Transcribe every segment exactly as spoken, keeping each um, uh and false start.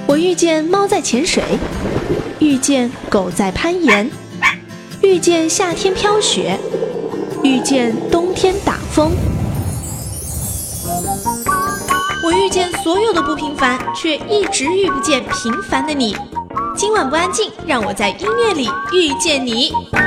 我遇见猫在潜水，遇见狗在攀岩，遇见夏天飘雪，遇见冬天打风。我遇见所有的不平凡，却一直遇不见平凡的你。今晚不安静，让我在音乐里遇见你。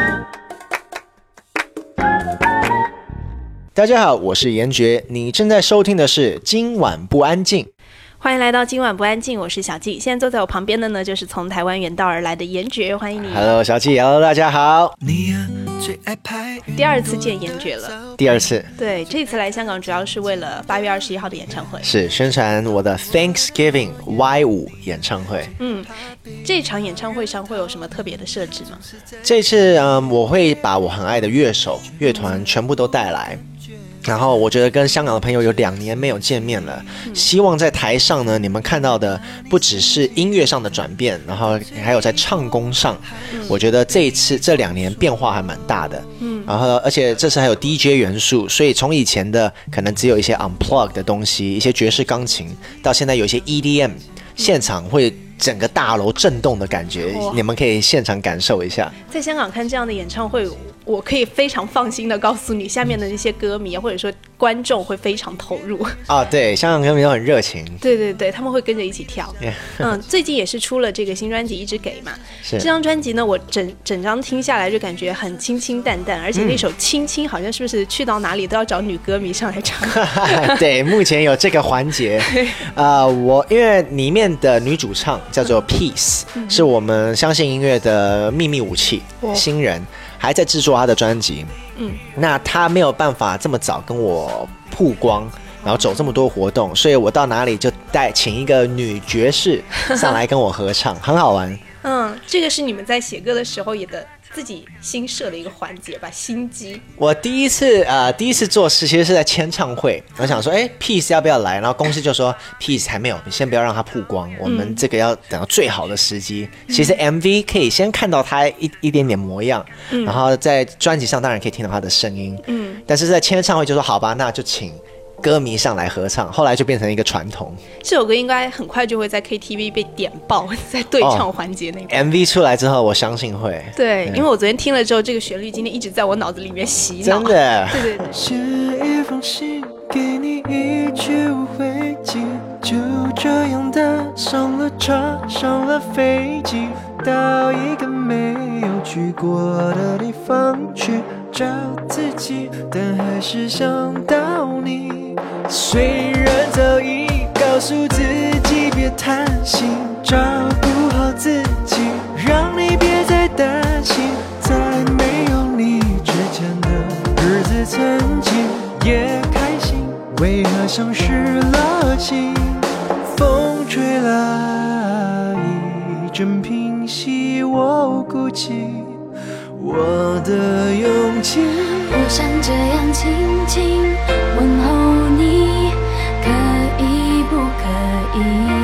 大家好，我是严爵，你正在收听的是今晚不安静。 欢迎来到今晚不安静，我是小纪。现在坐在我旁边的呢，就是从台湾远道而来的严爵，欢迎你。 Hello， 小纪 ，Hello， 大家好。 第二次见严爵了。 第二次。 对，这次来香港主要是为了八月二十一号的演唱会， 是宣传我的 Thanksgiving Y 五演唱会。 嗯，这场演唱会上会有什么特别的设置吗？ 这次嗯，我会把我很爱的乐手、乐团全部都带来。然后我觉得跟香港的朋友有两年没有见面了，希望在台上呢，你们看到的不只是音乐上的转变，然后还有在唱功上，我觉得这一次这两年变化还蛮大的。嗯，然后而且这次还有 D J 元素，所以从以前的可能只有一些 unplug 的东西，一些爵士钢琴，到现在有一些 E D M， 现场会整个大楼震动的感觉，你们可以现场感受一下。 在香港看这样的演唱会，我可以非常放心的告诉你，下面的那些歌迷或者说观众会非常投入啊。对，香港歌迷都很热情。 对对对，他们会跟着一起跳。嗯，最近也是出了这个新专辑《一直给》嘛。这张专辑呢，我整整张听下来就感觉很清清淡淡，而且那首《亲亲》好像是不是去到哪里都要找女歌迷上来唱？ 对，目前有这个环节。呃，我因为里面的女主唱叫做 Peace，嗯，是我们相信音乐的秘密武器，哦，新人。还在制作他的专辑，嗯，那他没有办法这么早跟我曝光，然后走这么多活动，所以我到哪里就带请一个女爵士上来跟我合唱，很好玩。 嗯，这个是你们在写歌的时候也的自己新设的一个环节吧，心机。 我第一次呃第一次做事其实是在签唱会，我想说，哎 ，Peace 要不要来？然后公司就说 Peace 还没有，你先不要让他曝光，我们这个要等到最好的时机。嗯，其实 M V 可以先看到他一一点点模样，嗯，然后在专辑上当然可以听到他的声音，嗯，但是在签唱会就说好吧，那就请歌迷上来合唱，后来就变成一个传统。 这首歌应该很快就会在 K T V 被点爆，在对唱环节那个， 哦，M V 出来之后，我相信会。 对，因为我昨天听了之后，这个旋律今天一直在我脑子里面洗脑。 真的。 对对对。 写一封信给你，一去无回寄，就这样搭上了车，上了飞机，到一个没有去过的地方去找自己，但还是想到你。虽然早已告诉自己别贪心，照顾好自己，让你别再担心，在没有你之前的日子，曾经也开心，为何像失了情？风吹来一阵平息我孤寂，我的勇气。 我想这样轻轻问候你，可以不可以？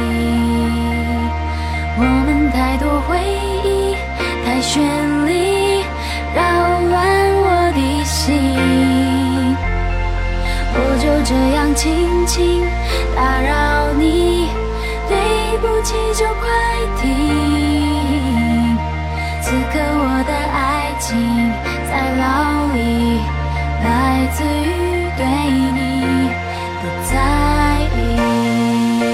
我们太多回忆，太绚丽，扰乱我的心。我就这样轻轻打扰你，对不起就快停。此刻我的爱情在牢里，来自于对你的在意。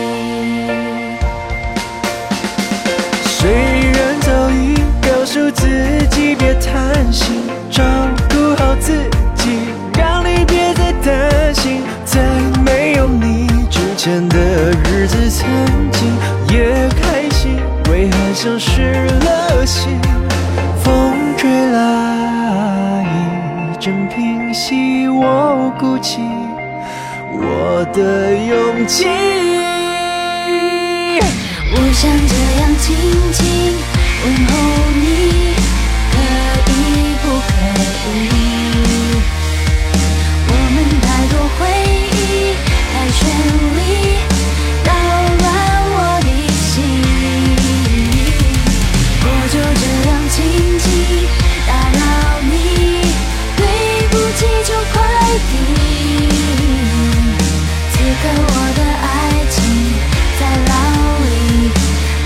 虽然早已告诉自己别贪心，照顾好自己，让你别再担心，在没有你之前的日子，曾经也开心，为何像失了心？风吹来一阵平息我孤寂，我的勇气。 我想这样轻轻问候你，可以不可以？我们太多回忆，太绚丽，扰乱我的心。我就这样轻轻打扰你，对不起就快停。此刻我的爱情在牢里，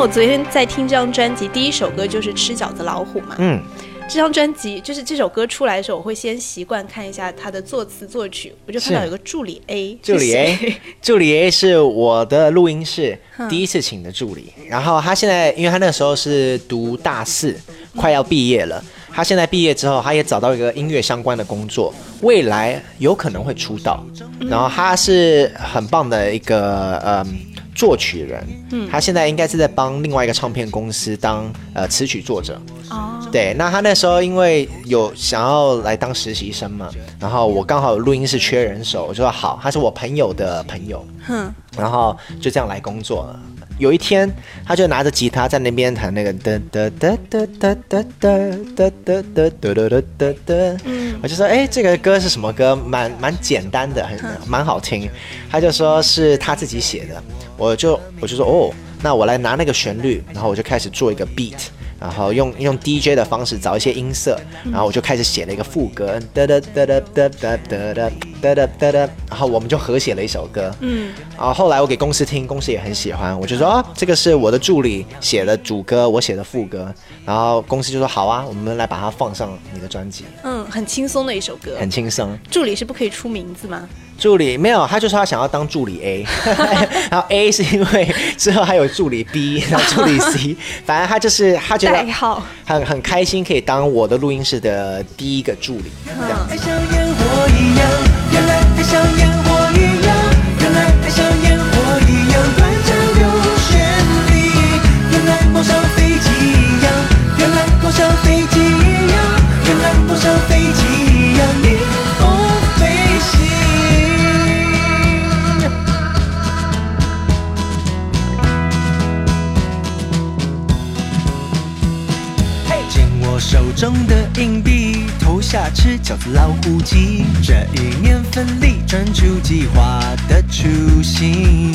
我昨天在听这张专辑，第一首歌就是《吃饺子老虎》嘛。嗯。这张专辑就是这首歌出来的时候，我会先习惯看一下他的作词作曲，我就看到有个助理 A， 助理 A， 助理 A 是我的录音室第一次请的助理，然后他现在因为他那个时候是读大四，快要毕业了，他现在毕业之后，他也找到一个音乐相关的工作，未来有可能会出道，然后他是很棒的一个嗯。作曲人，嗯，他现在应该是在帮另外一个唱片公司当呃词曲作者，哦，对，那他那时候因为有想要来当实习生嘛，然后我刚好有录音室缺人手，我就说好，他是我朋友的朋友，哼，然后就这样来工作了。有一天，他就拿着吉他在那边弹那个哒哒哒哒哒哒哒哒哒哒哒哒哒哒，嗯，我就说，哎，这个歌是什么歌？蛮蛮简单的，很蛮好听。他就说是他自己写的，我就我就说哦，那我来拿那个旋律，然后我就开始做一个 beat。然后用用 D J 的方式找一些音色，然后我就开始写了一个副歌，哒哒哒哒哒哒哒哒哒哒哒哒，然后我们就合写了一首歌。嗯，然后后来我给公司听，公司也很喜欢，我就说啊，这个是我的助理写的主歌，我写的副歌，然后公司就说好啊，我们来把它放上你的专辑。 嗯，很轻松的一首歌， 很轻松。 助理是不可以出名字吗？ 助理没有，他就说他想要当助理 A， 然后 A 是因为之后还有助理 B， 然后助理 C， 反正他就是他觉得很很开心可以当我的录音室的第一个助理。这样子。像烟火一样，原来还像烟火一样，原来还像烟火一样短暂又绚丽，原来梦像飞机一样，原来梦像飞机一样，原来梦像飞机一样，逆风飞行。手中的硬币投下吃饺子老虎机，这一年奋力专注计划的雏形。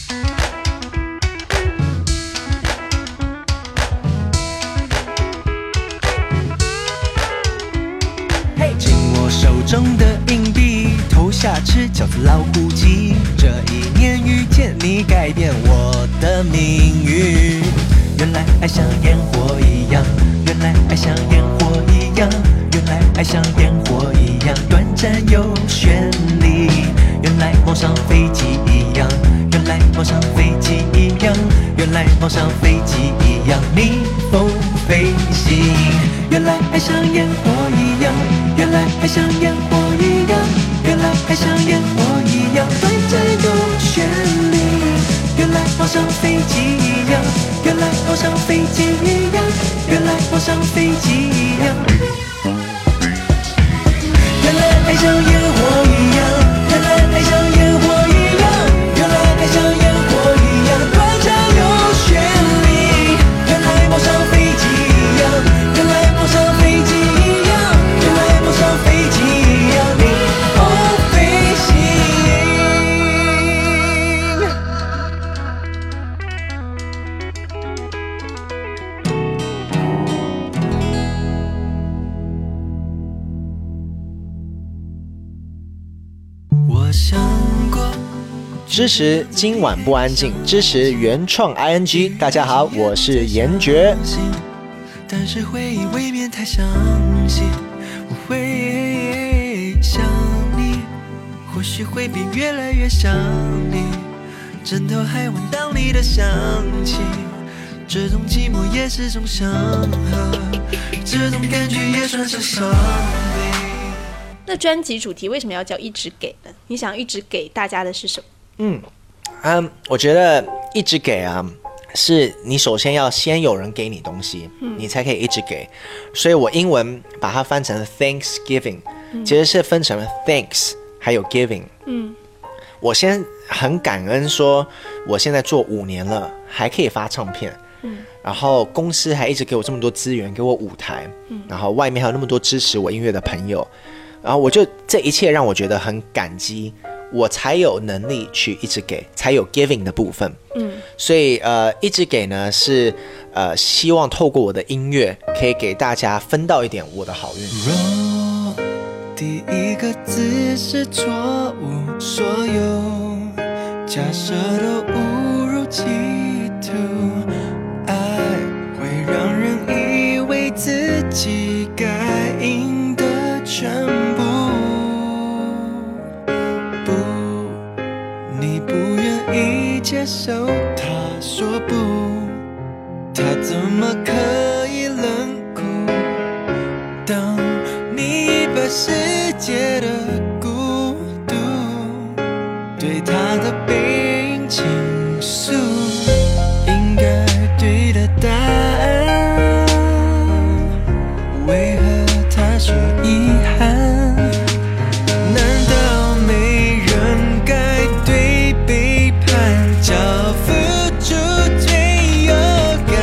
紧握手中的硬币投下吃饺子老虎机，这一年遇见你改变我的命运。原来爱像烟火一样，原来爱像烟火一样，原来爱像烟火一样短暂又绚丽，原来梦像飞机一样，原来梦像飞机一样，原来梦像飞机一样逆风飞行，原来爱像烟火一样，原来爱像烟火一样，原来爱像烟火一样短暂又绚丽，原来梦像飞机一样，原来梦像飞机一样，原来梦像飞机一样，原来爱像烟火一样，原来爱像烟火一样，原来爱像烟火一样短暂又绚丽，原来梦像飞机一样，原来梦像飞机一样，原来梦像飞机一样逆风飞行。我想过支持今晚不安静，支持原创 I N G。 大家好，我是严爵。但是回忆未免太详细，我会想你，或许会变越来越想你，枕头还闻到你的香气，这种寂寞也是种祥和，这种感觉也算是伤悲。 那专辑主题为什么要叫一直给呢？你想一直给大家的是什么？ 嗯，嗯，我觉得一直给啊，是你首先要先有人给你东西，嗯、你才可以一直给。所以我英文把它翻成 Thanksgiving，、嗯、其实是分成了 Thanks 还有 Giving。嗯，我先很感恩说，我现在做五年了，还可以发唱片。嗯，然后公司还一直给我这么多资源，给我舞台，嗯、然后外面还有那么多支持我音乐的朋友。然后我就这一切让我觉得很感激，我才有能力去一直给，才有 giving 的部分。嗯，所以呃，一直给呢是呃希望透过我的音乐可以给大家分到一点我的好运。若第一个字是错误，所有假设都误入歧途， 接受他说不，他怎么可以冷酷？当你把世界的孤独对他的背影倾诉，应该对的答案，为何他说遗憾？难道没人该对背叛交付出最有感？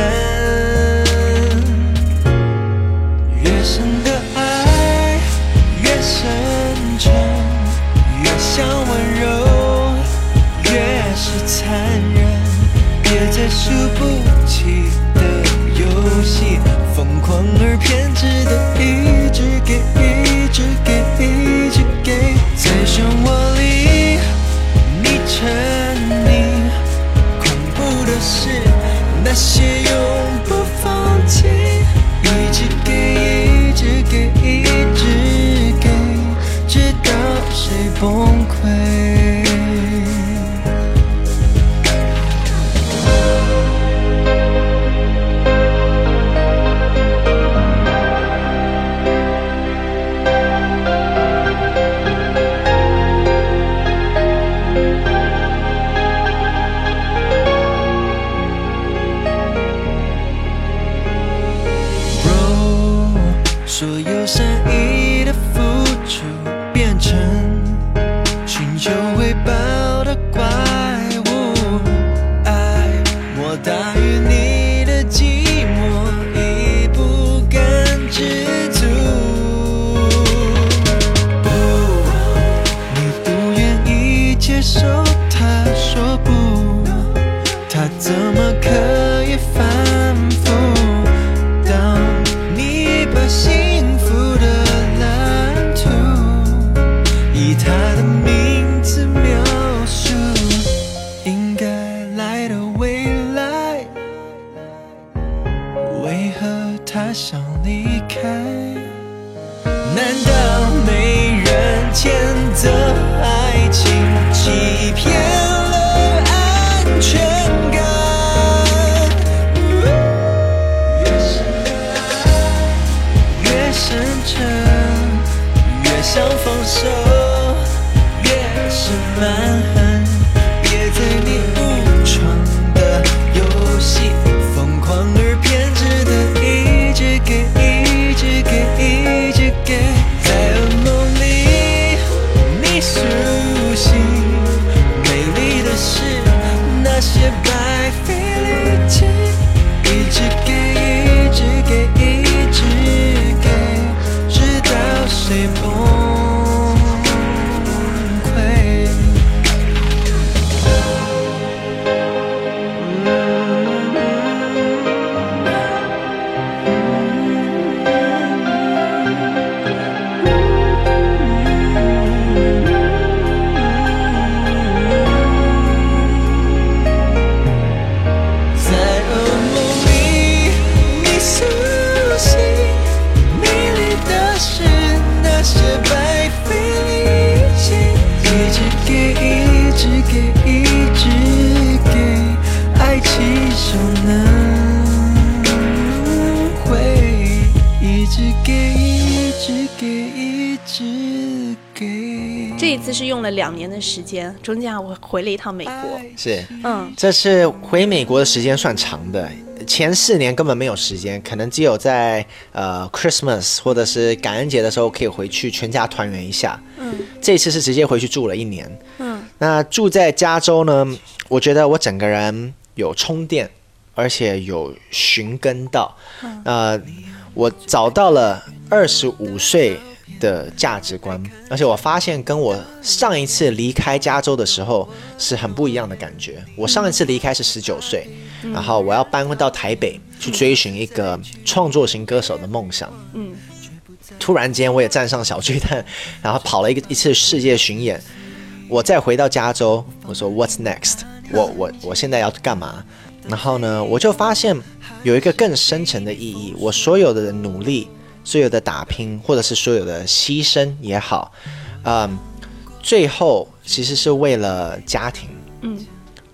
越深的爱越深沉，越想温柔越是残忍，别再输不起的游戏，疯狂而偏执的一直给一直给一直给，在漩涡里你沉溺，恐怖的是那些永不放弃，一直给一直给一直给，直到谁崩溃。所有善意的付出变成寻求回报的怪物，爱莫大于你的寂寞，已不甘知足。不，你不愿意接受他说不，他怎么可以反复？当你把幸福的蓝图以他的名字描述，应该来的未来，为何他想离开？难道没人谴责爱情欺骗了安全感？深沉越想放手越是蛮横，别在你误闯的游戏，疯狂而偏执的一直给一直给一直给，在噩梦里你苏醒，美丽的是那些白费力气，一直给一直给一直给，直到谁崩溃。在噩梦里你苏醒，美丽的是那些白费力气，一直给一直给一直给，爱起手能回，一直给一直给一直给。 这一次是用了两年的时间，中间我回了一趟美国。 是， 嗯， 这次回美国的时间算长的，前四年根本没有时间，可能只有在呃 Christmas 或者是感恩节的时候可以回去全家团圆一下。嗯，这一次是直接回去住了一年。嗯，那住在加州呢，我觉得我整个人有充电，而且有寻根到。嗯、呃，我找到了二十五岁的价值观，而且我发现跟我上一次离开加州的时候是很不一样的感觉。我上一次离开是十九岁，然后我要搬回到台北去追寻一个创作型歌手的梦想。嗯，突然间我也站上小巨蛋，然后跑了一个一次世界巡演。我再回到加州，我说 What's next？ 我我我现在要干嘛？然后呢，我就发现有一个更深层的意义。我所有的努力，所有的打拼，或者是所有的牺牲也好，嗯，最后其实是为了家庭。嗯，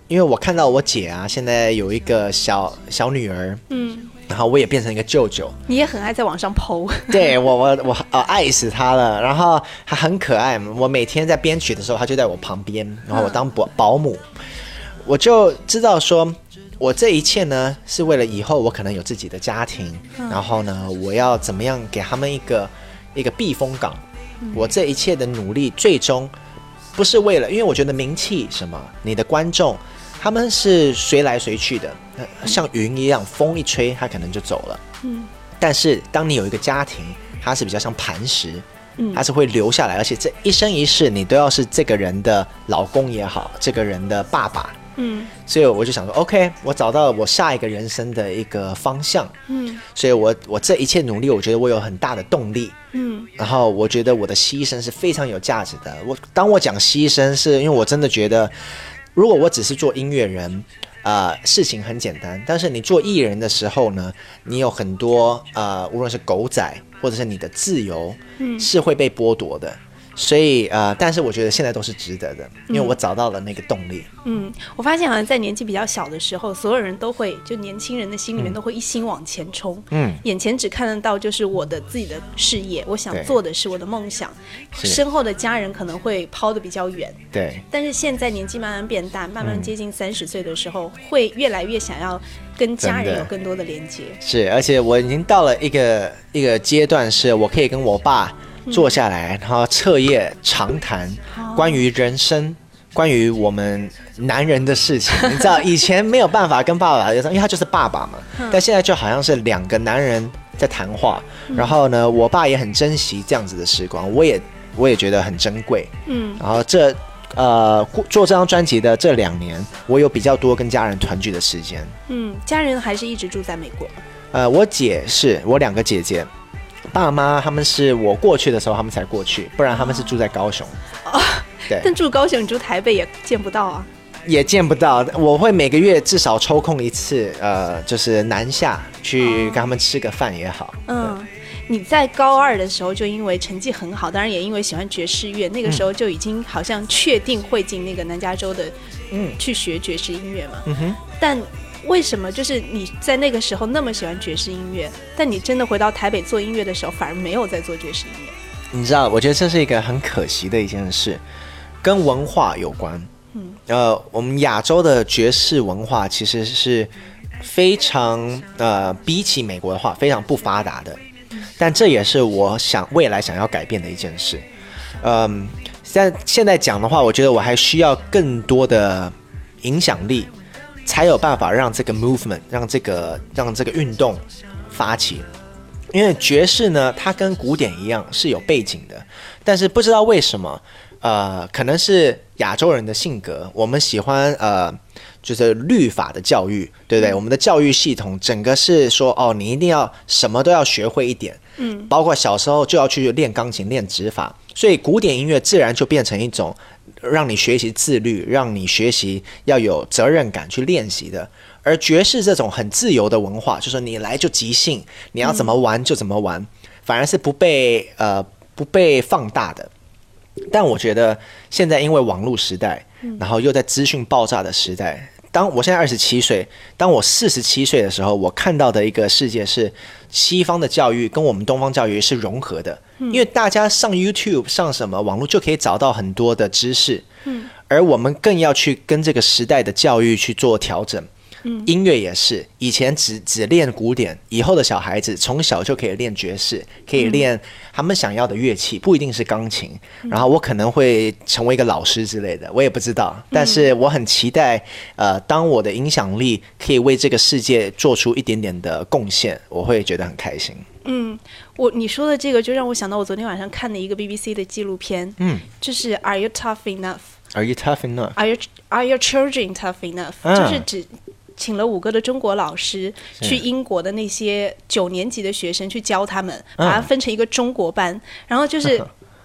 因为我看到我姐啊，现在有一个小小女儿，嗯，然后我也变成一个舅舅。 你也很爱在网上 po。 对，我我我、呃、爱死她了。然后她很可爱，我每天在编曲的时候，她就在我旁边，然后我当保保姆，我就知道说，我这一切呢是为了以后我可能有自己的家庭，嗯、然后呢，我要怎么样给他们一个一个避风港。嗯、我这一切的努力，最终不是为了，因为我觉得名气什么，你的观众。他们是随来随去的，像云一样，风一吹，他可能就走了。嗯，但是当你有一个家庭，它是比较像磐石，嗯，它是会留下来，而且这一生一世，你都要是这个人的老公也好，这个人的爸爸。嗯，所以我就想说 ，OK， 我找到了我下一个人生的一个方向。嗯，所以我我这一切努力，我觉得我有很大的动力。嗯，然后我觉得我的牺牲是非常有价值的。我当我讲牺牲，是因为我真的觉得。如果我只是做音乐人，呃，事情很简单。但是你做艺人的时候呢，你有很多呃，无论是狗仔或者是你的自由，嗯，是会被剥夺的。所以呃，但是我觉得现在都是值得的，因为我找到了那个动力。嗯， 我发现好像在年纪比较小的时候，所有人都会，就年轻人的心里面都会一心往前冲。嗯，眼前只看得到就是我的自己的事业，我想做的是我的梦想，身后的家人可能会抛得比较远。 对。 但是现在年纪慢慢变大，慢慢接近三十岁的时候，嗯、会越来越想要跟家人有更多的连接。 是，而且我已经到了一个一个阶段，是我可以跟我爸。坐下来，然后彻夜长谈关于人生，关于我们男人的事情。你知道，以前没有办法跟爸爸，因为他就是爸爸嘛。但现在就好像是两个男人在谈话。然后呢，我爸也很珍惜这样子的时光，我也我也觉得很珍贵。嗯。然后这呃做这张专辑的这两年，我有比较多跟家人团聚的时间。 嗯，家人还是一直住在美国。 呃，我姐是我两个姐姐。爸妈他们是我过去的时候他们才过去，不然他们是住在高雄。 哦，对。但住高雄你住台北也见不到啊。 也见不到，我会每个月至少抽空一次，呃，就是南下去跟他们吃个饭也好。 嗯，你在高二的时候就因为成绩很好，当然也因为喜欢爵士乐，那个时候就已经好像确定会进那个南加州的，嗯，去学爵士音乐嘛。嗯哼，但。为什么就是你在那个时候那么喜欢爵士音乐，但你真的回到台北做音乐的时候反而没有在做爵士音乐？ 你知道，我觉得这是一个很可惜的一件事，跟文化有关。嗯，呃，我们亚洲的爵士文化其实是非常呃，比起美国的话非常不发达的，但这也是我想未来想要改变的一件事。嗯，但现在讲的话，我觉得我还需要更多的影响力。才有办法让这个 movement 让这个让这个运动发起，因为爵士呢，它跟古典一样是有背景的，但是不知道为什么，呃，可能是亚洲人的性格，我们喜欢呃，就是律法的教育，对不对？我们的教育系统整个是说，哦，你一定要什么都要学会一点，嗯，包括小时候就要去练钢琴、练指法，所以古典音乐自然就变成一种。让你学习自律，让你学习要有责任感去练习的。而爵士这种很自由的文化，就是你来就即兴，你要怎么玩就怎么玩，嗯、反而是不被呃不被放大的。但我觉得现在因为网络时代，然后又在资讯爆炸的时代，当我现在二十七岁，当我四十七岁的时候，我看到的一个世界是西方的教育跟我们东方教育是融合的。因为大家上 YouTube 上什么网络就可以找到很多的知识，嗯，而我们更要去跟这个时代的教育去做调整。嗯，音乐也是，以前只只练古典，以后的小孩子从小就可以练爵士，可以练他们想要的乐器，不一定是钢琴。嗯、然后我可能会成为一个老师之类的，我也不知道。但是我很期待，呃，当我的影响力可以为这个世界做出一点点的贡献，我会觉得很开心。 嗯，我你说的这个就让我想到我昨天晚上看的一个 B B C 的纪录片，嗯，就是 Are you tough enough? Are you tough enough? Are you Are your children tough enough? 啊、就是只请了五个的中国老师去英国的那些九年级的学生去教他们，把它分成一个中国班，然后就是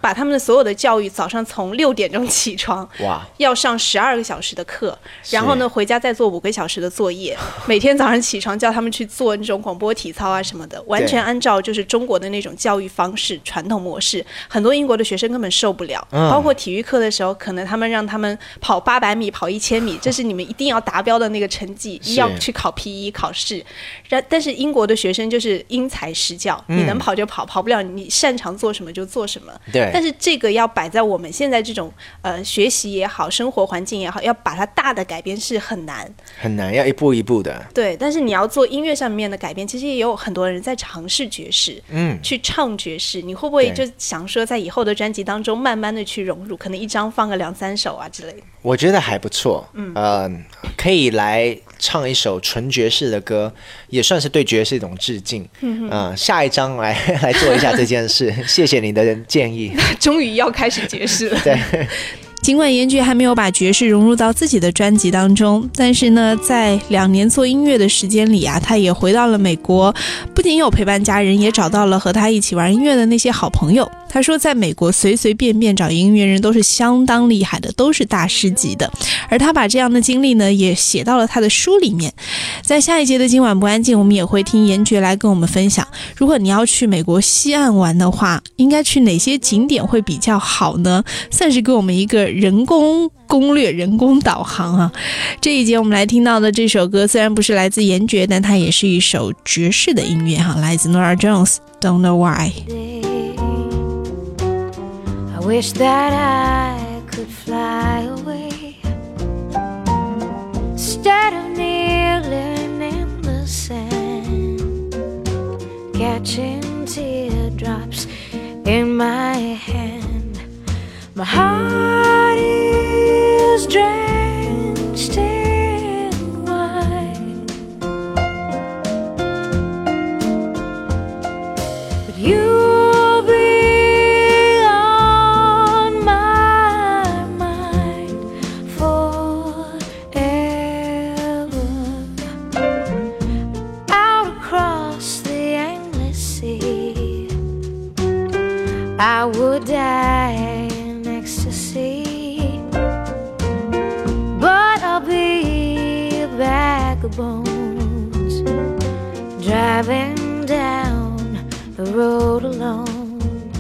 把他们的所有的教育早上从六点钟起床，哇，要上十二个小时的课，然后呢回家再做五个小时的作业，每天早上起床叫他们去做那种广播体操啊什么的，完全按照就是中国的那种教育方式传统模式，很多英国的学生根本受不了、嗯、包括体育课的时候，可能他们让他们跑八百米跑一千米，这是你们一定要达标的那个成绩，要去考 P 一 考试。但是英国的学生就是因材施教、嗯、你能跑就跑，跑不了你擅长做什么就做什么。对，但是这个要摆在我们现在这种呃学习也好，生活环境也好，要把它大的改变是很难， 很难，要一步一步的。 对，但是你要做音乐上面的改变，其实也有很多人在尝试爵士，嗯，去唱爵士。你会不会就想说，在以后的专辑当中，慢慢的去融入，可能一张放个两三首啊之类的？ 我觉得还不错，嗯，呃，可以来唱一首纯爵士的歌，也算是对爵士一种致敬。嗯、呃，下一章来来做一下这件事，谢谢你的建议。 终于要开始爵士了。 对。 尽管严爵还没有把爵士融入到自己的专辑当中，但是呢，在两年做音乐的时间里啊，他也回到了美国，不仅有陪伴家人，也找到了和他一起玩音乐的那些好朋友。他说在美国随随便便找音乐人都是相当厉害的，都是大师级的，而他把这样的经历呢也写到了他的书里面。在下一节的今晚不安静，我们也会听严爵来跟我们分享，如果你要去美国西岸玩的话，应该去哪些景点会比较好呢？算是给我们一个人工攻略，人工导航啊。这一节我们来听到的这首歌虽然不是来自严爵，但它也是一首爵士的音乐哈，来自 Norah Jones Don't Know Why。 I wish that I could fly away instead of kneeling in the sand, catching teardrops in my hand. My heart is drenched in wine, but you'll be on my mind forever. Out across the endless sea, I would die in ecstasy, but I'll be a bag of bones, driving down the road alone.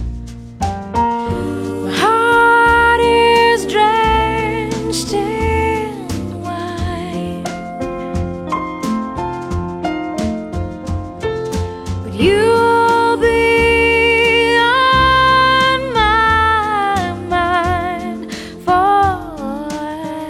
My heart is drenched in wine, but you'll be on my mind forever.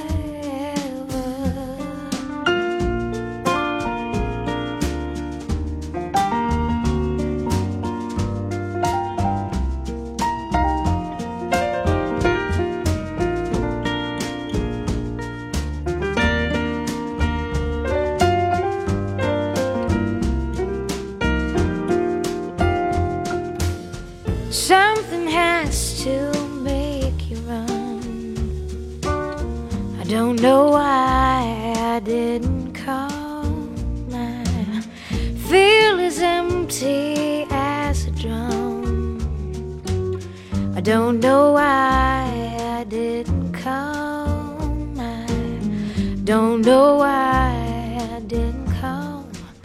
Something has to make you run. I don't know why I didn't come. I feel as empty as a drum. I don't know why I didn't come. I don't know why I didn't come.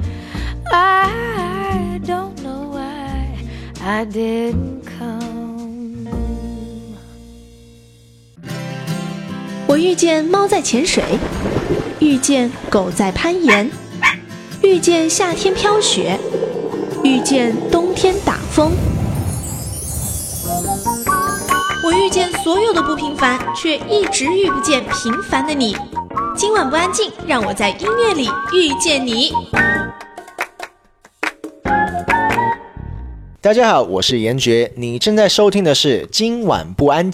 I don't know why I didn't come. 我遇见猫在潜水，遇见狗在攀岩，遇见夏天飘雪，遇见冬天打风。我遇见所有的不平凡，却一直遇不见平凡的你。今晚不安静，让我在音乐里遇见你。 大家好，我是严爵，你正在收听的是今晚不安静。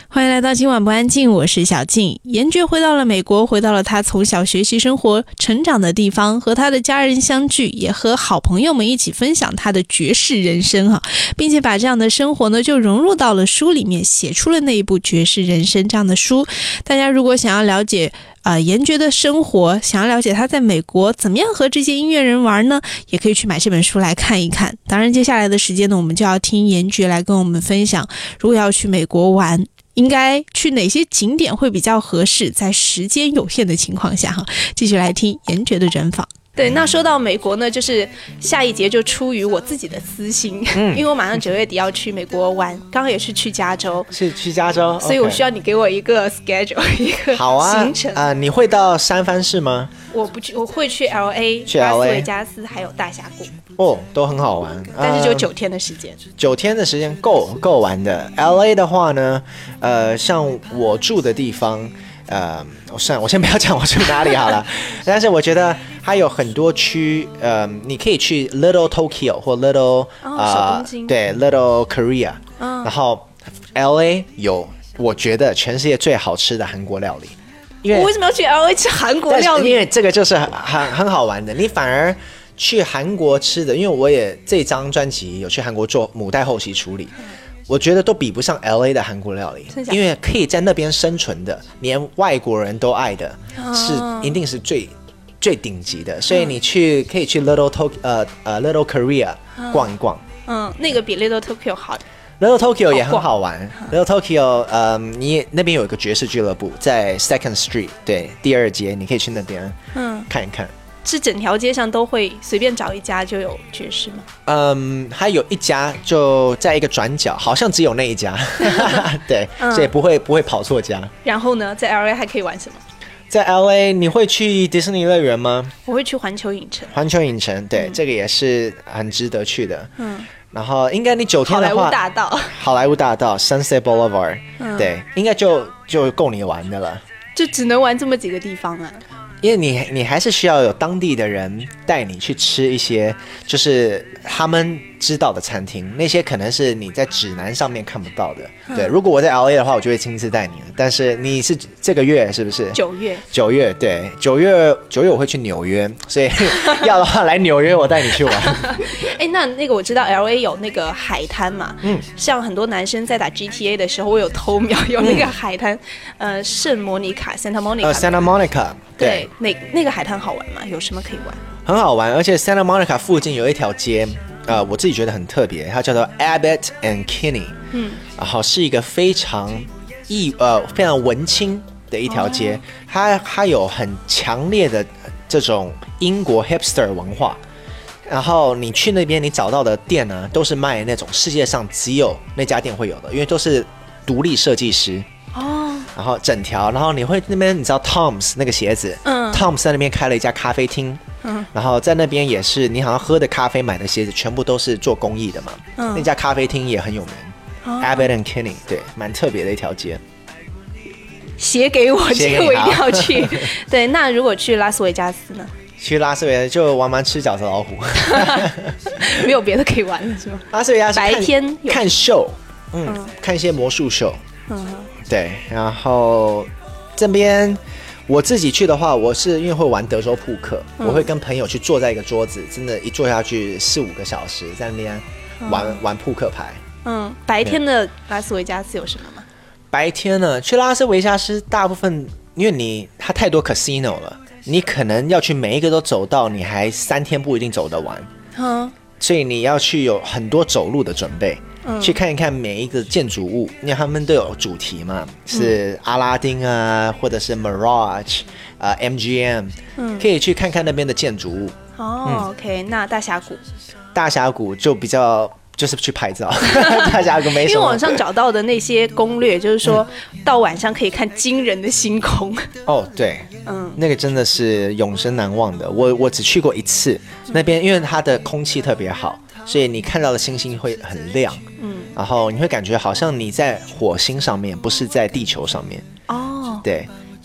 欢迎来到今晚不安静，我是小静。严爵回到了美国，回到了他从小学习生活成长的地方，和他的家人相聚，也和好朋友们一起分享他的爵士人生哈，并且把这样的生活呢就融入到了书里面，写出了那一部《爵士人生》这样的书。大家如果想要了解呃，严爵的生活，想要了解他在美国怎么样和这些音乐人玩呢，也可以去买这本书来看一看。当然接下来的时间呢，我们就要听严爵来跟我们分享，如果要去美国玩，应该去哪些景点会比较合适，在时间有限的情况下哈，继续来听严爵的专访。对，那说到美国呢，就是下一节就出于我自己的私心，嗯、因为我马上九月底要去美国玩，刚刚也是去加州， 是去加州， 所以我需要你给我一个 schedule， 一个行程。 好啊，呃，你会到三藩市吗？ 我不去，我会去 L A、 去 L A、 拉斯维加斯还有大峡谷。 哦，都很好玩， 但是就九天的时间，呃、 九天的时间够够玩的。L A 的话呢，呃，像我住的地方。呃，我算了，我先不要讲我去哪里好了。但是我觉得它有很多区，呃，你可以去 Little Tokyo 或 Little 啊、呃， 对 Little Korea，嗯、然后 L A 有我觉得全世界最好吃的韩国料理。因为我为什么要去 L A 吃韩国料理？ 因为这个就是很很很好玩的，你反而去韩国吃的，因为我也这张专辑有去韩国做母带后期处理。我觉得都比不上 L A 的韩国料理，因为可以在那边生存的，连外国人都爱的，哦、是一定是最最顶级的。所以你去可以去 Little Tokyo 呃呃 Little Korea 逛一逛， 嗯，那个比 Little Tokyo 好。 Little Tokyo 也很好玩。Little Tokyo， 呃，你那边有一个爵士俱乐部，在 Second Street， 对，第二街，你可以去那边，嗯，看一看。 是整条街上都会随便找一家就有爵士吗？ 嗯，还有一家就在一个转角，好像只有那一家，对，嗯、所以不会不会跑错家。 然后呢，在 L A 还可以玩什么？ 在 L A 你会去迪士尼乐园吗？ 我会去环球影城。 环球影城，对，嗯、这个也是很值得去的。嗯，然后应该你九天的话， 好莱坞大道， 好莱坞大道 Sunset Boulevard，嗯、对，应该就就够你玩的了。 就只能玩这么几个地方啊？ 因为你你还是需要有当地的人带你去吃一些就是他们知道的餐厅，那些可能是你在指南上面看不到的。嗯、对，如果我在 L A 的话，我就会亲自带你了。但是你是这个月是不是？ 九月。 九月对，九月九月我会去纽约，所以要的话来纽约我带你去玩。 哎，那那个我知道 L A 有那个海滩嘛，嗯，像很多男生在打 G T A 的时候，我有偷瞄有那个海滩，嗯、呃，圣莫妮卡 Santa Monica， 呃 Santa Monica， 对， 那那个海滩好玩吗？有什么可以玩？ 很好玩，而且 Santa Monica 附近有一条街，呃，我自己觉得很特别，它叫做 Abbott and Kinney， 嗯，然后是一个非常意呃非常文青的一条街，哦、它它有很强烈的这种英国 hipster 文化。然后你去那边，你找到的店呢，都是卖那种世界上只有那家店会有的，因为都是独立设计师哦。然后整条，然后你会那边你知道 Tom's 那个鞋子，嗯 ，Tom's 在那边开了一家咖啡厅，嗯，然后在那边也是你好像喝的咖啡、买的鞋子，全部都是做工艺的嘛。嗯，那家咖啡厅也很有名，哦、Abbott and Kinney， 对，蛮特别的一条街。 写给我，这个我一定要去。对，那如果去拉斯维加斯呢？ 去拉斯维加斯就玩玩吃饺子老虎， 没有别的可以玩了是吗？ 拉斯维加斯白天看秀，嗯，嗯看一些魔术秀，嗯，对。然后这边我自己去的话，我是因为会玩德州扑克，嗯、我会跟朋友去坐在一个桌子，真的，一坐下去四五个小时在那边玩、嗯、玩扑克牌。 嗯，白天的拉斯维加斯有什么吗？ 白天呢，去拉斯维加斯大部分因为你它太多 casino 了。你可能要去每一个都走到，你还三天不一定走得完，嗯，所以你要去有很多走路的准备，嗯，去看一看每一个建筑物，因为他们都有主题嘛，是阿拉丁啊，或者是 Mirage 啊、呃、M G M， 嗯，可以去看看那边的建筑物。 哦、嗯、，OK， 那大峡谷， 大峡谷就比较。就是去拍照，大峡谷没什么。 因为网上找到的那些攻略，就是说、嗯、到晚上可以看惊人的星空。 哦，对，嗯，那个真的是永生难忘的。我我只去过一次，那边因为它的空气特别好，所以你看到的星星会很亮，嗯，然后你会感觉好像你在火星上面，不是在地球上面。哦，对。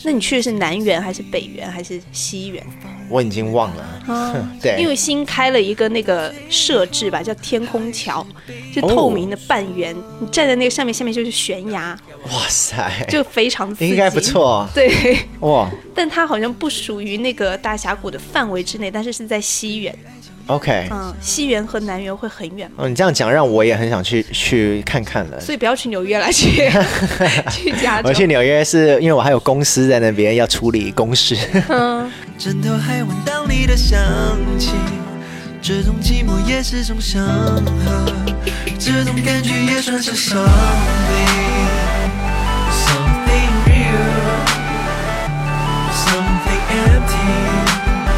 那你去的是南园还是北园还是西园？ 我已经忘了。哦、对， 因为新开了一个那个设置吧，叫天空桥，就透明的半圆，哦、你站在那个上面，下面就是悬崖。 哇塞， 就非常刺激， 应该不错。 对， 哇， 但它好像不属于那个大峡谷的范围之内，但是是在西园。 OK， 嗯，西园和南园会很远吗？ 哦，你这样讲让我也很想去去看看了。 所以不要去纽约了，去去加州。 我去纽约是因为我还有公司在那边要处理公事。 嗯，枕头还闻到你的香气，这种寂寞也是种祥和，这种感觉也算是 something something real something empty。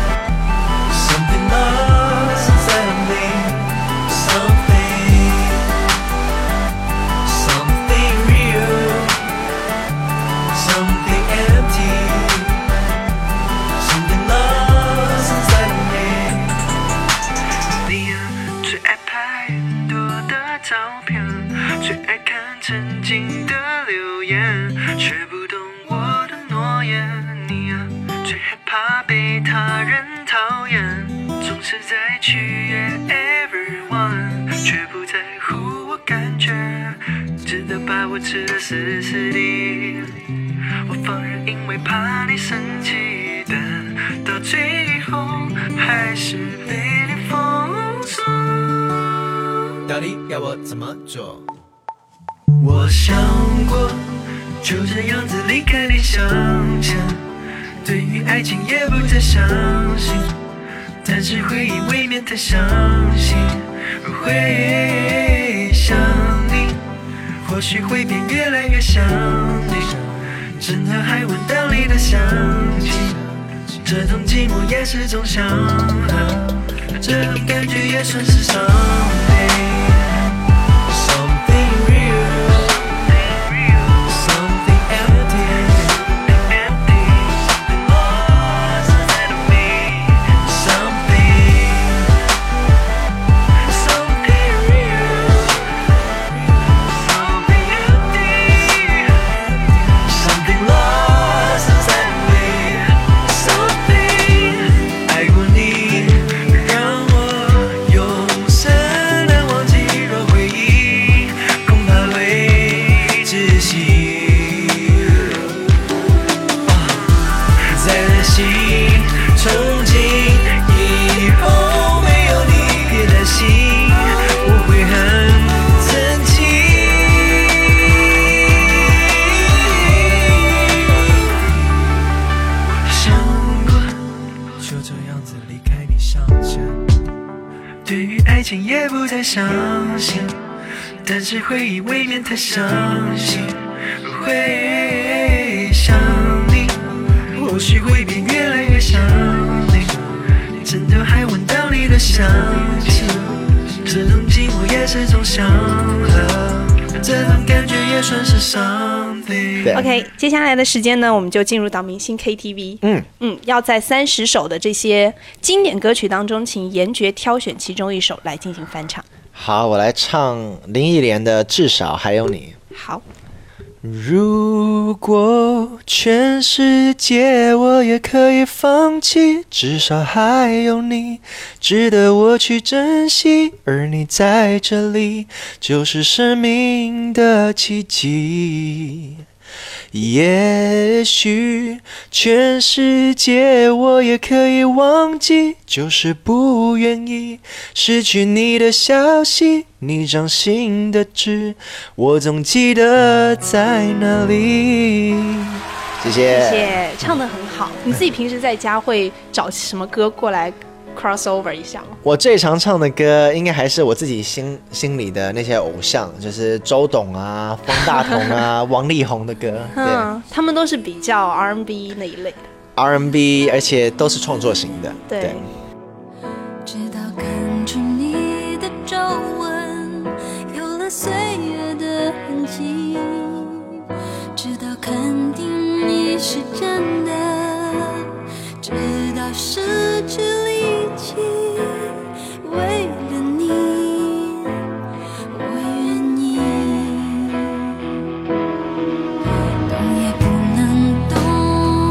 曾经的留言，却不懂我的诺言。你啊，最害怕被他人讨厌，总是在取悦 everyone， 却不在乎我感觉，直到把我吃得死死的。我放任，因为怕你生气，但到最后还是被你封锁。到底要我怎么做？我想过就这样子离开你向前，对于爱情也不再相信，但是会以未免太相信，会想你，或许会变越来越想你，真的还闻到你的香气，这种寂寞也是种祥和，这种感觉也算是 something也不再相信，但是会以未免太相信，会想你，或许会变越来越想你，真的还闻到你的香气，这种寂寞也是种祥和，这种感觉也算是 something。 OK， 接下来的时间呢，我们就进入到明星 K T V。 嗯嗯，要在三十首的这些经典歌曲当中，请严爵挑选其中一首来进行翻唱。 好，我来唱林忆莲的《至少还有你》。 好。 如果全世界我也可以放弃，至少还有你值得我去珍惜，而你在这里就是生命的奇迹。也许全世界我也可以忘记，就是不愿意失去你的消息，你掌心的痣我总记得在哪里。 谢谢谢谢，唱得很好。你自己平时在家会找什么歌过来 crossover 一下吗？ 我最常唱的歌应该还是我自己心心里的那些偶像，就是周董啊、方大同啊、王力宏的歌。 嗯，他们都是比较 R and B 那一类的 R and B， 而且都是创作型的。 对。对， 直到看出你的皱纹有了岁月的痕迹，直到肯定你是真的，直到失去力气，为了你我愿意，动也不能动，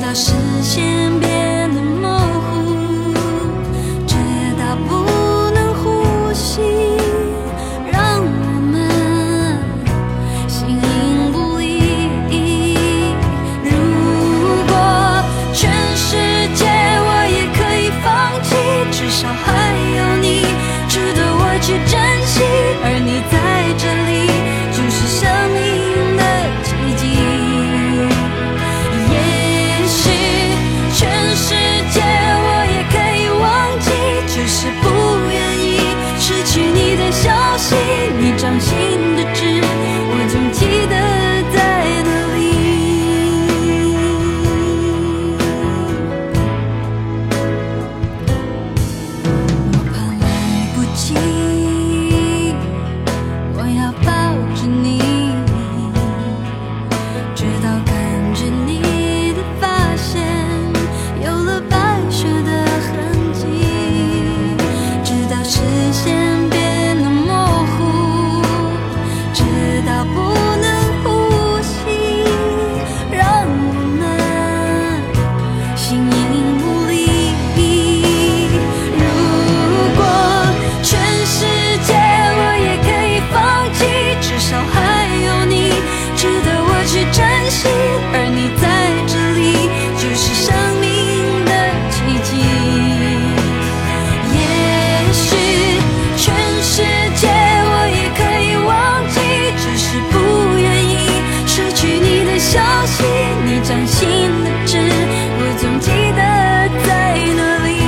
到视线变得模糊，直到不能呼吸，让我们形影不离。如果全世界我也可以放弃，至少还有你值得我去珍惜，而你在这里就是生命的奇迹。也许全世界我也可以忘记，只是不愿意失去你的消息，你掌心的痣我总记得在哪里。我怕来不及，我要抱着你，直到看着你的发线有了白雪的痕迹，直到视线变得模糊，直到不能呼吸，让我们形影不离。如果全世界我也可以放弃，至少还有你值得我去珍惜，而你在这里就是生命的奇迹。也许全世界我也可以忘记，只是不愿意失去你的消息，你掌心的痣我总记得在哪里。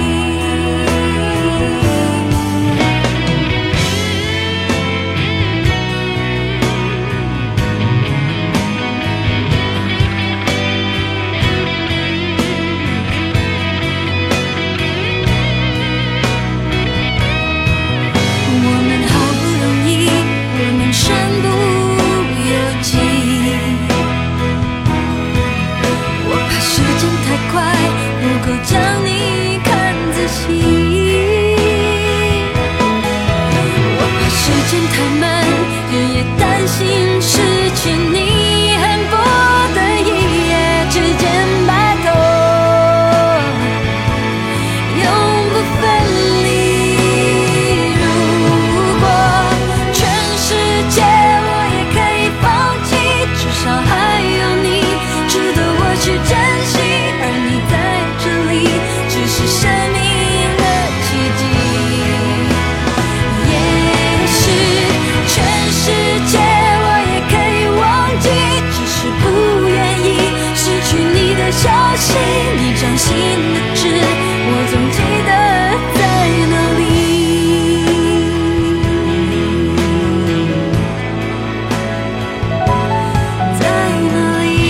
我们好不容易，我们身不由己，我怕时间太快，不够将你看仔细，我怕时间太慢，日夜担心失去你，恨不得一夜之间白头，永不分离。如果全世界我也可以放弃，至少还有你值得我去珍惜，而你在这里只是生命的奇迹。也许全世界我也可以忘记，只是不愿意失去你的消息，你掌心的痣我总记得在哪里。在哪里？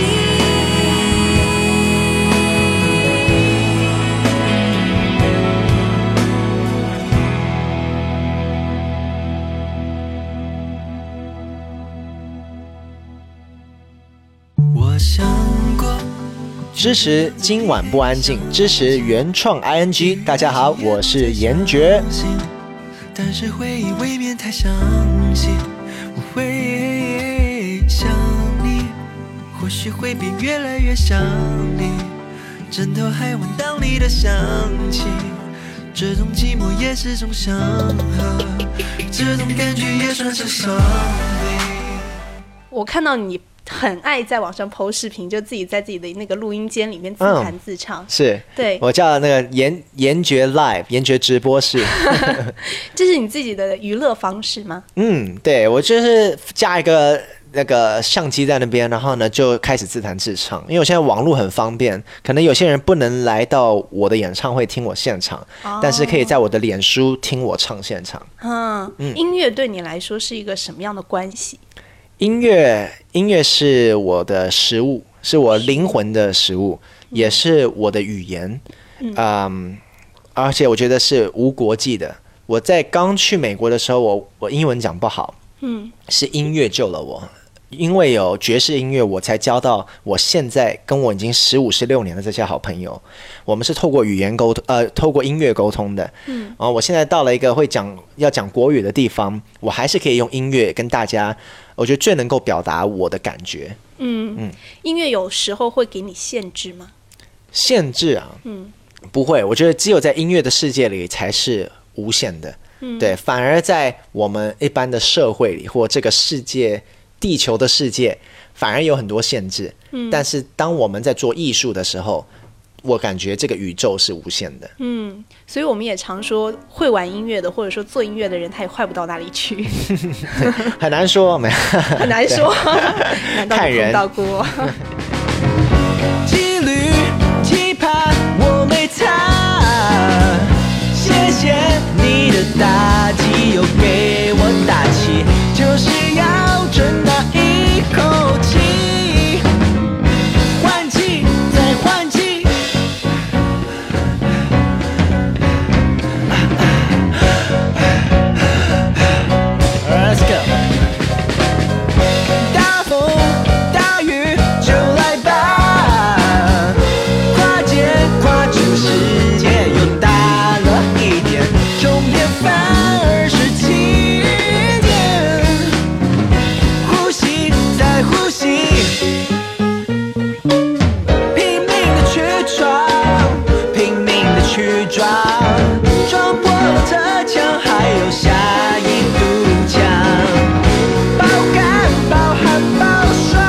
我想过支持今晚不安静，支持原创 I N G。大家好，我是严爵。 但是回忆未免太详细，我会想你，或许会变越来越想你，枕头还闻到你的香气，这种寂寞也是种祥和，这种感觉也算是胜利。 我看到你很爱在网上 po 视频，就自己在自己的那个录音间里面自弹自唱。 嗯、是， 对， 我叫那个严严爵 Live 严爵直播室。 这是你自己的娱乐方式吗？ 嗯，对，我就是架一个那个相机在那边，然后呢就开始自弹自唱。因为我现在网络很方便，可能有些人不能来到我的演唱会听我现场，哦、但是可以在我的脸书听我唱现场。 嗯，嗯音乐对你来说是一个什么样的关系？ 音乐，音乐是我的食物，是我灵魂的食物，嗯、也是我的语言。嗯，嗯，而且我觉得是无国际的。我在刚去美国的时候，我我英文讲不好，嗯，是音乐救了我。因为有爵士音乐，我才交到我现在跟我已经十五、十六年的这些好朋友。我们是透过语言沟通，呃，透过音乐沟通的。嗯，然后我现在到了一个会讲要讲国语的地方，我还是可以用音乐跟大家，我觉得最能够表达我的感觉。 嗯嗯，音乐有时候会给你限制吗？ 限制啊，嗯，不会。我觉得只有在音乐的世界里才是无限的，嗯，对。反而在我们一般的社会里，或这个世界、地球的世界，反而有很多限制。嗯，但是当我们在做艺术的时候，我感觉这个宇宙是无限的。 嗯，所以我们也常说，会玩音乐的或者说做音乐的人，他也坏不到哪里去。 很难说，没很难说。难道你碰到过？ 几率期盼我没差，谢谢你的打击，又给我打气，就是要争那一口气，换气再换气。Let's go。大风大雨就来吧，跨界跨出世界又大了一点，终点反而是起点，呼吸再呼吸，拼命的去闯，拼命的去撞，撞破了这墙，还有下一堵墙，爆肝爆汗爆爽，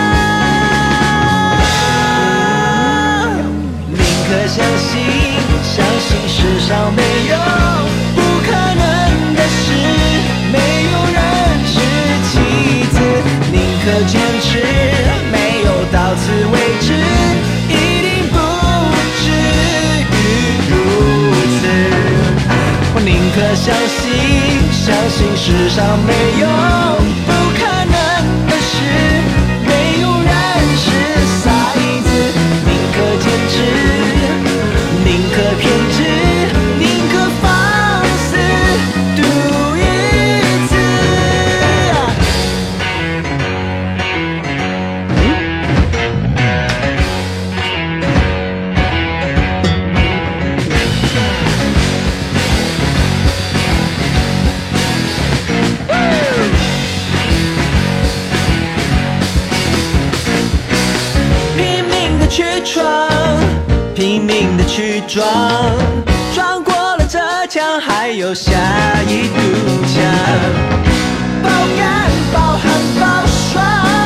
宁可相信，相信世上没有不可能的事，没有人是棋子，宁可坚持，没有到此为止，一定不至于如此。我宁可相信，相信世上没有不可能的事，没有人是骰子，宁可坚持，宁可偏执，宁可放肆赌一次。拼命的去闯，拼命的去撞，撞过了这墙，还有下一堵墙，爆肝爆汗爆爽，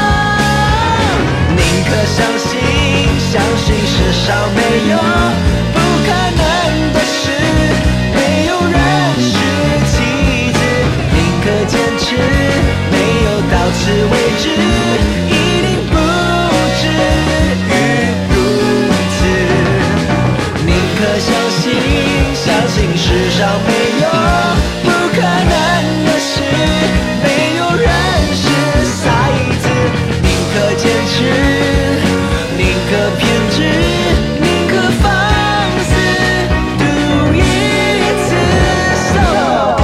宁可相信，相信世上没有不可能的事，没有人是棋子，宁可坚持，没有到此为止，一定不至于如此。宁可相信，相信世上没有不可能的事，没有人是骰子，宁可坚持，宁可偏执，宁可放肆赌一次。So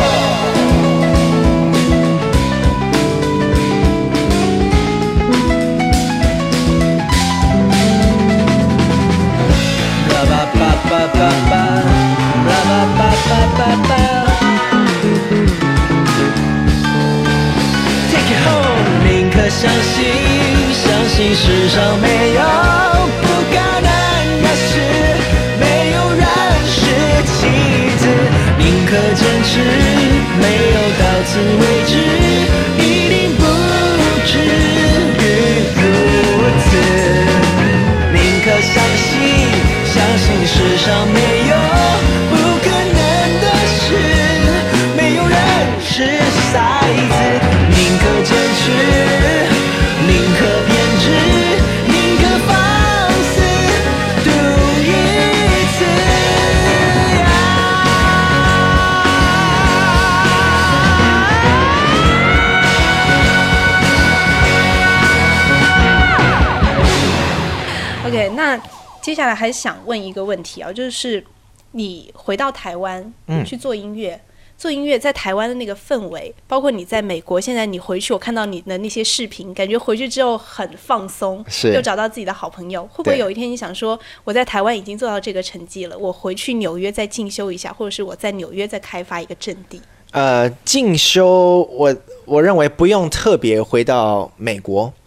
ba ba ba ba ba ba ba ba ba ba ba Take it home。 宁可相信，相信世上没有不可能的事，没有人是棋子，宁可坚持，没有到此为止，一定不至于如此。宁可相信，相信世上没有不可能的事，没有人是骰子，宁可坚持，宁可偏执，宁可放肆赌一次。 OK， 那接下来还想问一个问题啊，就是你回到台湾，嗯，去做音乐，做音乐在台湾的那个氛围，包括你在美国，现在你回去，我看到你的那些视频，感觉回去之后很放松， 是又找到自己的好朋友。会不会有一天你想说，我在台湾已经做到这个成绩了，我回去纽约再进修一下，或者是我在纽约再开发一个阵地？ 呃，进修我我认为不用特别回到美国，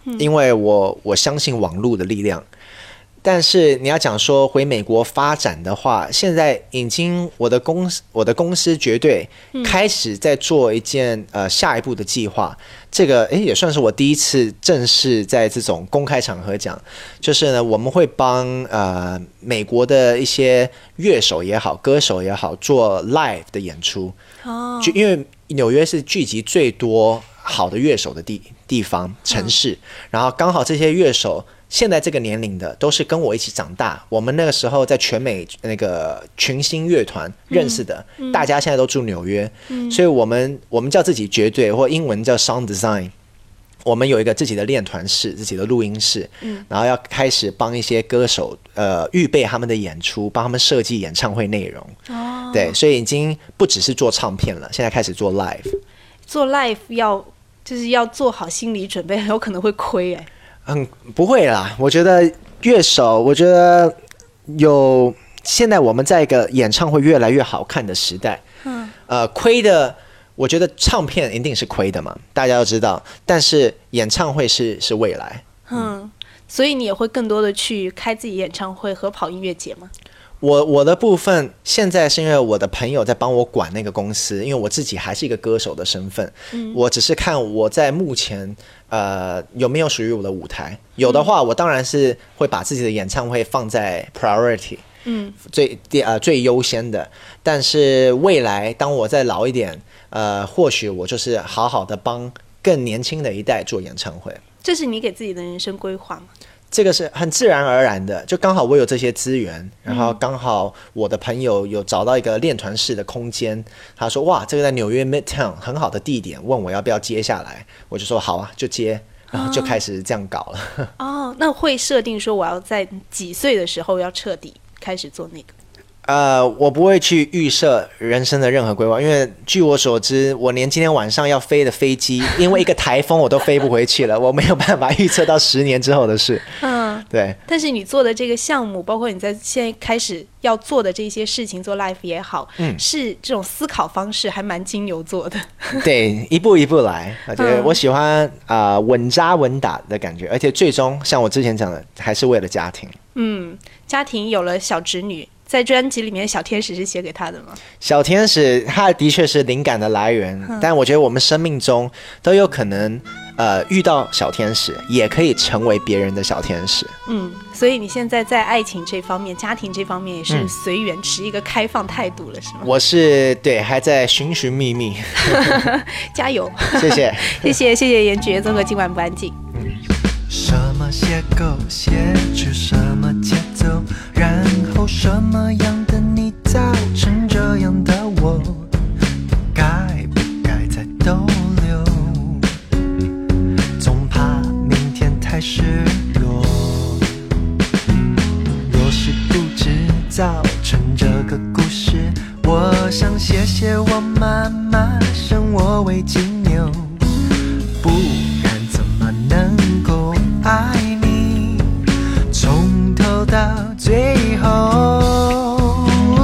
因为我我相信网络的力量。但是你要讲说回美国发展的话，现在已经我的公司我的公司绝对开始在做一件呃下一步的计划。这个诶也算是我第一次正式在这种公开场合讲，就是呢我们会帮呃美国的一些乐手也好、歌手也好做 live 的演出。哦，就因为纽约是聚集最多好的乐手的地地方城市，然后刚好这些乐手。现在这个年龄的都是跟我一起长大，我们那个时候在全美那个群星乐团认识的，嗯嗯、大家现在都住纽约，嗯、所以我们我们叫自己绝对，或英文叫 Sound Design。我们有一个自己的练团室，自己的录音室，嗯、然后要开始帮一些歌手呃预备他们的演出，帮他们设计演唱会内容。哦，对，所以已经不只是做唱片了，现在开始做 live。 做 live 要就是要做好心理准备，很有可能会亏哎、欸。 嗯，不会啦。我觉得乐手，我觉得有现在我们在一个演唱会越来越好看的时代。嗯，呃，亏的，我觉得唱片一定是亏的嘛，大家都知道。但是演唱会是是未来。 嗯，所以你也会更多的去开自己演唱会和跑音乐节吗？ 我我的部分现在是因为我的朋友在帮我管那个公司，因为我自己还是一个歌手的身份，嗯、我只是看我在目前呃有没有属于我的舞台，有的话我当然是会把自己的演唱会放在 priority， 嗯，最呃最优先的。但是未来当我再老一点，呃，或许我就是好好的帮更年轻的一代做演唱会。 这是你给自己的人生规划吗？ 这个是很自然而然的，就刚好我有这些资源，然后刚好我的朋友有找到一个练团室的空间，他说哇，这个在纽约 Midtown 很好的地点，问我要不要接下来，我就说好啊，就接，然后就开始这样搞了。 哦，那会设定说我要在几岁的时候要彻底开始做那个？ 呃，我不会去预设人生的任何规划，因为据我所知，我连今天晚上要飞的飞机，因为一个台风我都飞不回去了，我没有办法预测到十年之后的事。嗯，对。 但是你做的这个项目，包括你在现在开始要做的这些事情，做 live 也好，嗯，是这种思考方式还蛮金牛座的。 对，一步一步来，我觉得我喜欢啊、呃、稳扎稳打的感觉，而且最终像我之前讲的，还是为了家庭。 嗯，家庭有了小侄女。在专辑里面，小天使是写给他的吗？ 小天使，他的确是灵感的来源，嗯、但我觉得我们生命中都有可能，呃，遇到小天使，也可以成为别人的小天使。 嗯，所以你现在在爱情这方面、家庭这方面也是随缘，持一个开放态度了，是吗？ 我是对，还在寻寻觅觅。 加油！ 谢谢， 谢谢，谢谢严爵，综合今晚不安静。嗯， 什么写构写出什么节奏，然后什么样的你造成这样的我，该不该再逗留，总怕明天太失落，若是不知造成这个故事，我想谢谢我妈妈生我为金牛，不然怎么能够爱你从头到最后。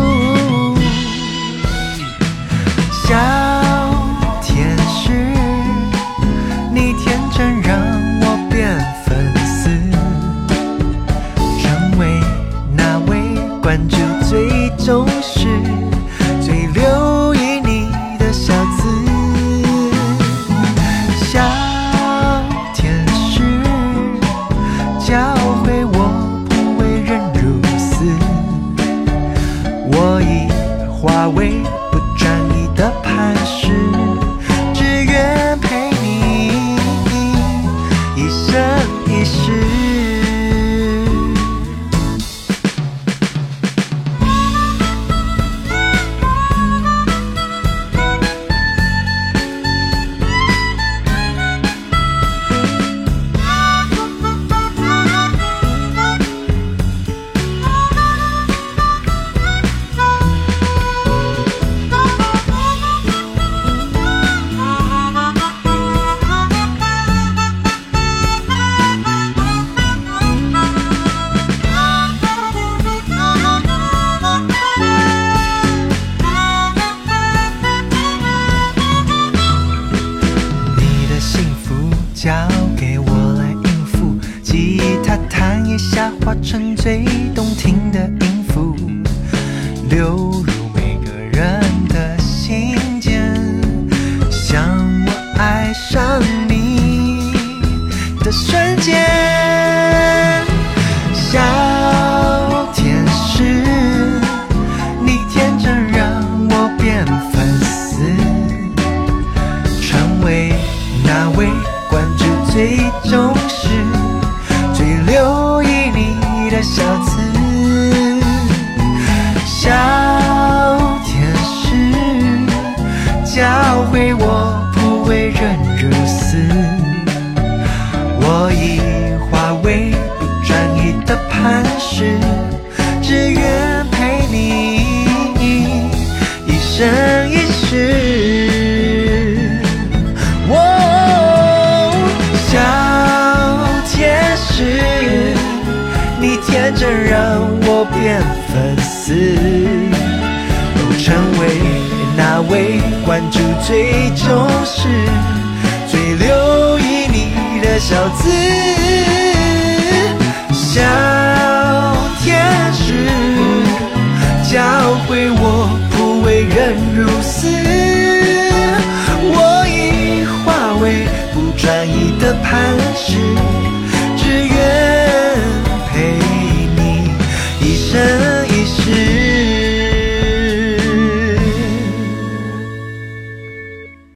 小天使，你天真让我变粉丝，成为那位关注最重视最留意你的小子。小天使教会我不为人如斯，我已化为不专一的磐石，只愿陪你一生一世。 成最动听的音符，流入每个人的心间，像我爱上你的瞬间。小天使，你天真让我变粉丝，成为那位关注最重视、最留意你的小子。小天使，教会我不为人如斯，我已化为不专一的磐石，只愿陪你一生一世。小天使，你天真让我变粉丝，都成为那位关注最重视、最留意你的小子。小天使，教会我不为人如斯，我已化为不专一的磐石，